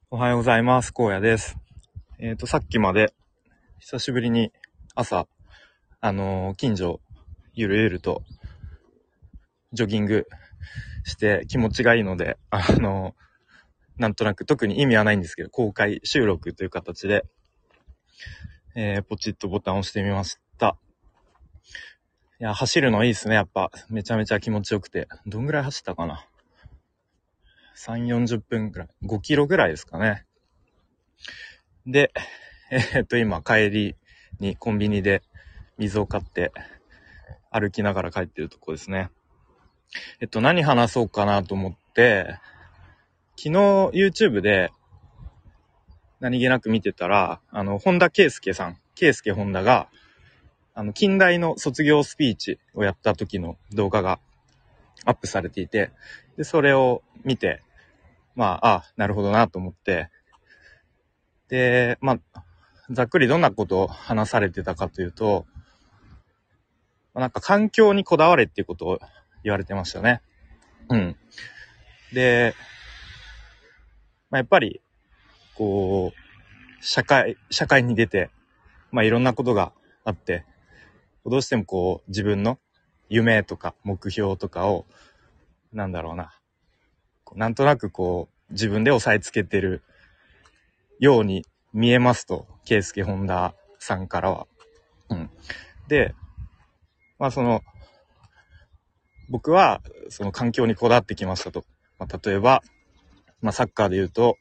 おはようございます。荒野です。さっきまで久しぶりに朝、近所ゆるゆるとジョギングして気持ちがいいので、なんとなく特に意味はないんですけど、公開収録という形で、ポチッとボタンを押してみました。いや、走るのいいですね。やっぱめちゃめちゃ気持ちよくて、どんぐらい走ったかな。3、40分ぐらい、5キロぐらいですかね。で、今帰りにコンビニで水を買って歩きながら帰ってるとこですね。何話そうかなと思って、昨日 YouTube で何気なく見てたら、本田圭佑さん、圭佑本田が、近代の卒業スピーチをやった時の動画がアップされていて、で、それを見て、なるほどなと思って、で、ざっくりどんなことを話されてたかというと、なんか環境にこだわれっていうことを言われてましたね。うん。で、やっぱり、こう、社会に出て、いろんなことがあって、どうしても自分の夢とか目標とかを、なんとなく自分で押さえつけてるように見えますと、圭佑本田さんからは。うん。で、僕はその環境にこだわってきましたと。例えば、サッカーで言うと、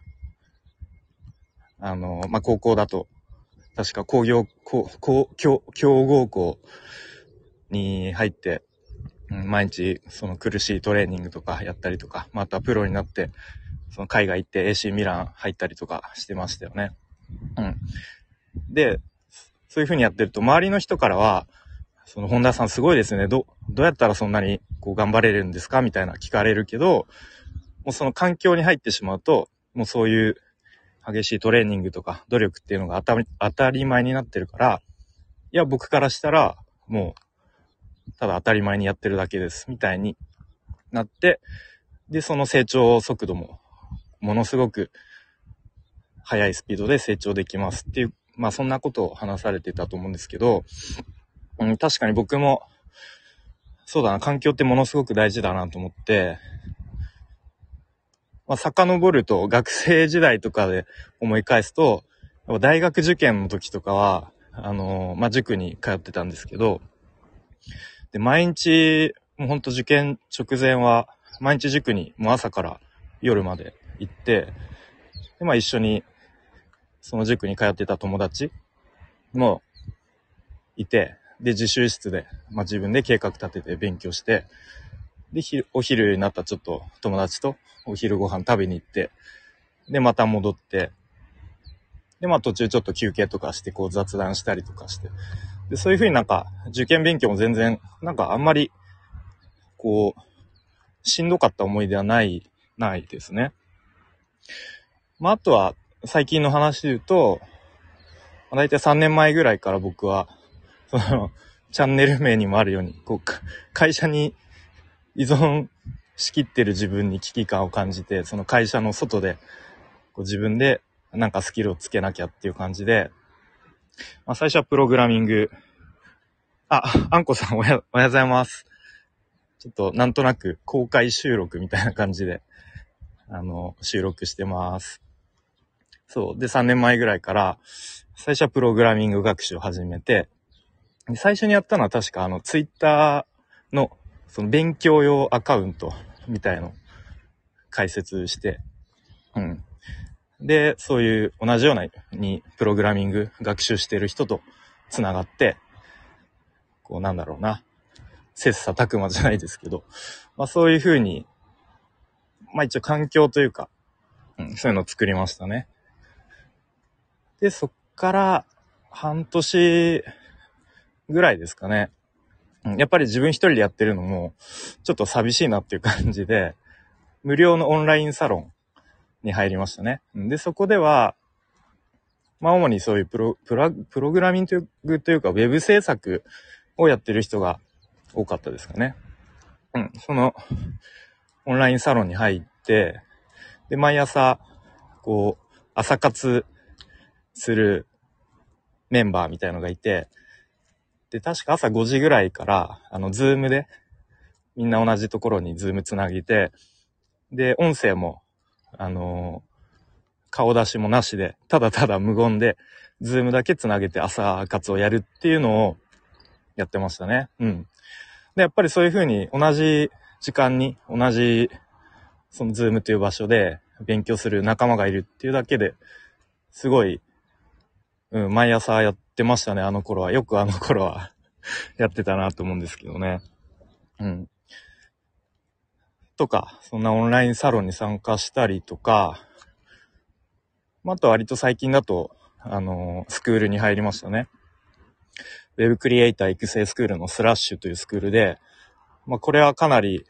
高校だと、確か強豪校に入って、毎日その苦しいトレーニングとかやったりとか、またプロになってその海外行って AC ミラン入ったりとかしてましたよね。うん。で、そういう風にやってると周りの人からは、その本田さんすごいですね。どうやったらそんなに頑張れるんですかみたいな聞かれるけど、もうその環境に入ってしまうと、もうそういう激しいトレーニングとか努力っていうのが当たり前になってるから、いや僕からしたらもうただ当たり前にやってるだけですみたいになって、でその成長速度もものすごく速いスピードで成長できますっていう、そんなことを話されてたと思うんですけど、確かに僕もそうだな、環境ってものすごく大事だなと思って、遡ると学生時代とかで思い返すと、大学受験の時とかは塾に通ってたんですけど、で毎日もうほんと受験直前は毎日塾にもう朝から夜まで行って、で一緒にその塾に通ってた友達もいて、で自習室で、自分で計画立てて勉強して、でお昼になったらちょっと友達とお昼ご飯食べに行って、でまた戻って、で途中ちょっと休憩とかして雑談したりとかして、でそういう風に受験勉強も全然あんまりしんどかった思い出はないですね。あとは最近の話で言うと、だいたい3年前ぐらいから僕はそのチャンネル名にもあるように会社に依存しきってる自分に危機感を感じて、その会社の外で自分でスキルをつけなきゃっていう感じで、最初はプログラミング。あんこさんおはようございます。ちょっとなんとなく公開収録みたいな感じで収録してます。そうで、3年前ぐらいから最初はプログラミング学習を始めて、最初にやったのは確かツイッターのその勉強用アカウントみたいのを開設して、でそういう同じようなにプログラミング学習してる人とつながって、切磋琢磨じゃないですけど、そういう風に一応環境というか、そういうのを作りましたね。でそっから半年ぐらいですかね。やっぱり自分一人でやってるのもちょっと寂しいなっていう感じで、無料のオンラインサロンに入りましたね。でそこでは主にそういうプログラミングというかウェブ制作をやってる人が多かったですかね。そのオンラインサロンに入って、で毎朝こう、朝活するメンバーみたいのがいて、で、確か朝5時ぐらいから、ズームで、みんな同じところにズームつなげて、で、音声も、顔出しもなしで、ただただ無言で、ズームだけつなげて朝活をやるっていうのをやってましたね。うん。で、やっぱりそういう風に同じ時間に、同じ、そのズームという場所で勉強する仲間がいるっていうだけで、すごい、毎朝やってましたね、あの頃は。よくあの頃はやってたなと思うんですけどね。うん。とか、そんなオンラインサロンに参加したりとか、あと割と最近だと、スクールに入りましたね。ウェブクリエイター育成スクールのスラッシュというスクールで、これはかなり、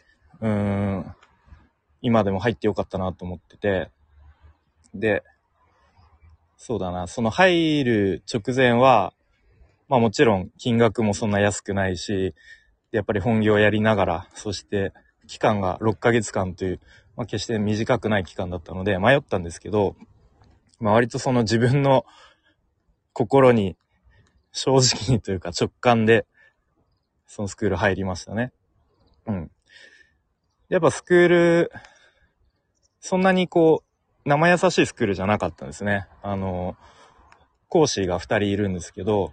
今でも入ってよかったなと思ってて、で、そうだな、その入る直前は、もちろん金額もそんな安くないし、やっぱり本業をやりながら、そして期間が6ヶ月間という、決して短くない期間だったので迷ったんですけど、割とその自分の心に正直にというか直感でそのスクール入りましたね。うん。やっぱスクール、そんなにこう、生優しいスクールじゃなかったんですね。講師が2人いるんですけど、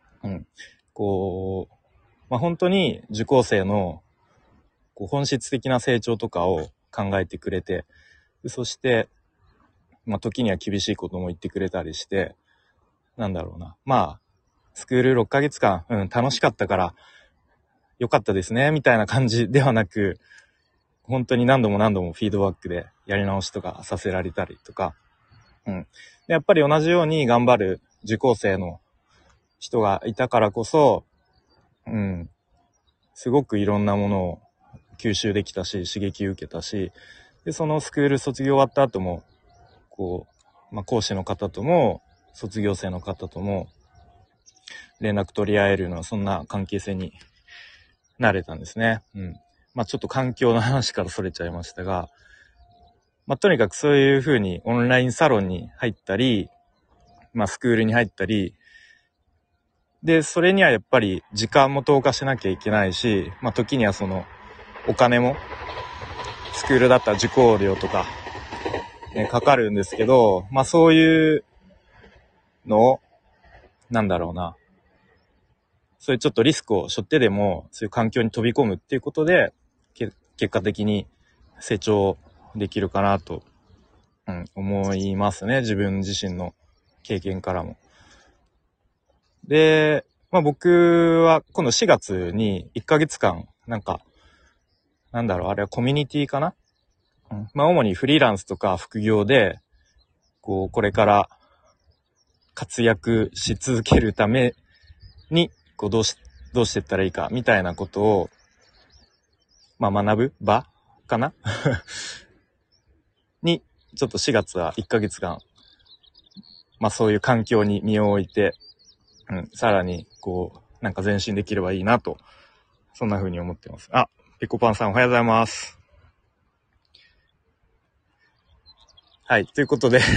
こう、本当に受講生のこう本質的な成長とかを考えてくれて、そして、時には厳しいことも言ってくれたりして、なんだろうな。スクール6ヶ月間、楽しかったから、よかったですね、みたいな感じではなく、本当に何度も何度もフィードバックでやり直しとかさせられたりとか、でやっぱり同じように頑張る受講生の人がいたからこそ、すごくいろんなものを吸収できたし、刺激受けたし、で、そのスクール卒業終わった後も、こう、講師の方とも、卒業生の方とも、連絡取り合えるような、そんな関係性になれたんですね。ちょっと環境の話からそれちゃいましたが、とにかくそういう風にオンラインサロンに入ったり、スクールに入ったり、で、それにはやっぱり時間も投下しなきゃいけないし、時にはそのお金も、スクールだったら受講料とか、かかるんですけど、そういうのを、なんだろうな、そういうちょっとリスクを背負ってでも、そういう環境に飛び込むっていうことで、結果的に成長できるかなと、思いますね。自分自身の経験からも。で、僕は今度4月に1ヶ月間、あれはコミュニティかな？主にフリーランスとか副業で、これから活躍し続けるために、どうしていったらいいか、みたいなことを、学ぶ場かなに、ちょっと4月は1ヶ月間、そういう環境に身を置いて、さらに、前進できればいいなと、そんな風に思ってます。あ、ペコパンさんおはようございます。はい、ということで、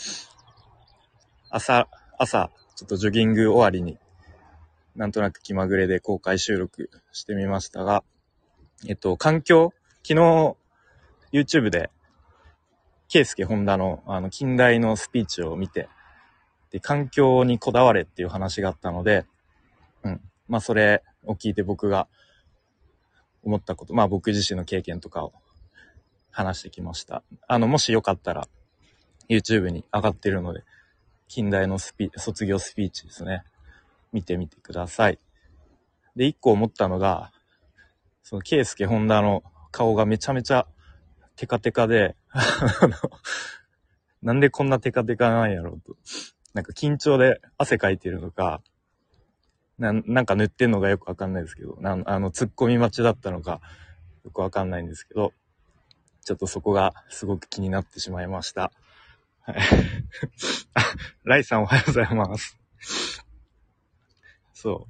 朝、ちょっとジョギング終わりに、なんとなく気まぐれで公開収録してみましたが、環境、昨日 YouTube でケイスケホンダの近代のスピーチを見て、で環境にこだわれっていう話があったので、それを聞いて僕が思ったこと、僕自身の経験とかを話してきました。もしよかったら YouTube に上がってるので、近代の卒業スピーチですね。見てみてください。で、一個思ったのが、そのケイスケホンダの顔がめちゃめちゃテカテカで、なんでこんなテカテカなんやろうと。緊張で汗かいてるのか、なんか塗ってんのがよくわかんないですけど、突っ込み待ちだったのか、よくわかんないんですけど、ちょっとそこがすごく気になってしまいました。はい。あ、ライさんおはようございます。そう。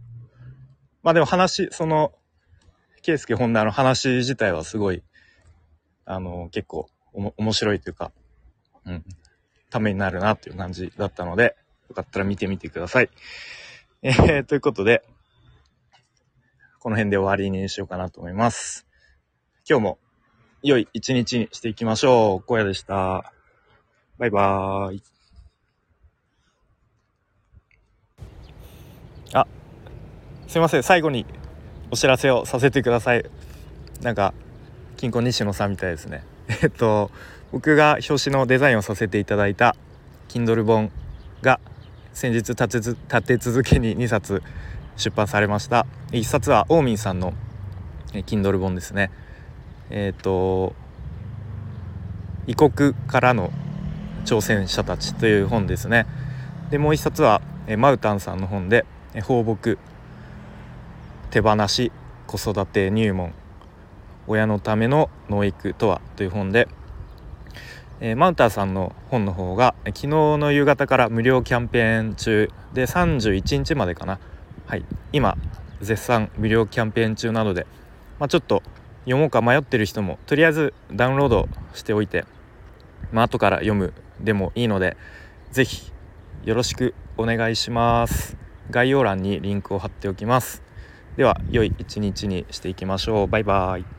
でもその、ケイスケホンダの話自体はすごい、結構面白いというか、 ためになるなという感じだったので、よかったら見てみてください。ということで、この辺で終わりにしようかなと思います。今日も良い一日にしていきましょう。荒野でした。バイバーイ。すいません、最後にお知らせをさせてください。なんか金庫西野さんみたいですね。僕が表紙のデザインをさせていただいた Kindle 本が先日立て続けに2冊出版されました。1冊はオーミンさんの Kindle 本ですね。異国からの挑戦者たちという本ですね。でもう1冊はマウタンさんの本で放牧、手放し、子育て入門、親のための農育とはという本で、マウターさんの本の方が昨日の夕方から無料キャンペーン中で31日までかな。はい、今絶賛無料キャンペーン中なので、ちょっと読もうか迷ってる人もとりあえずダウンロードしておいて、後から読むでもいいので、ぜひよろしくお願いします。概要欄にリンクを貼っておきます。では良い一日にしていきましょう。バイバイ。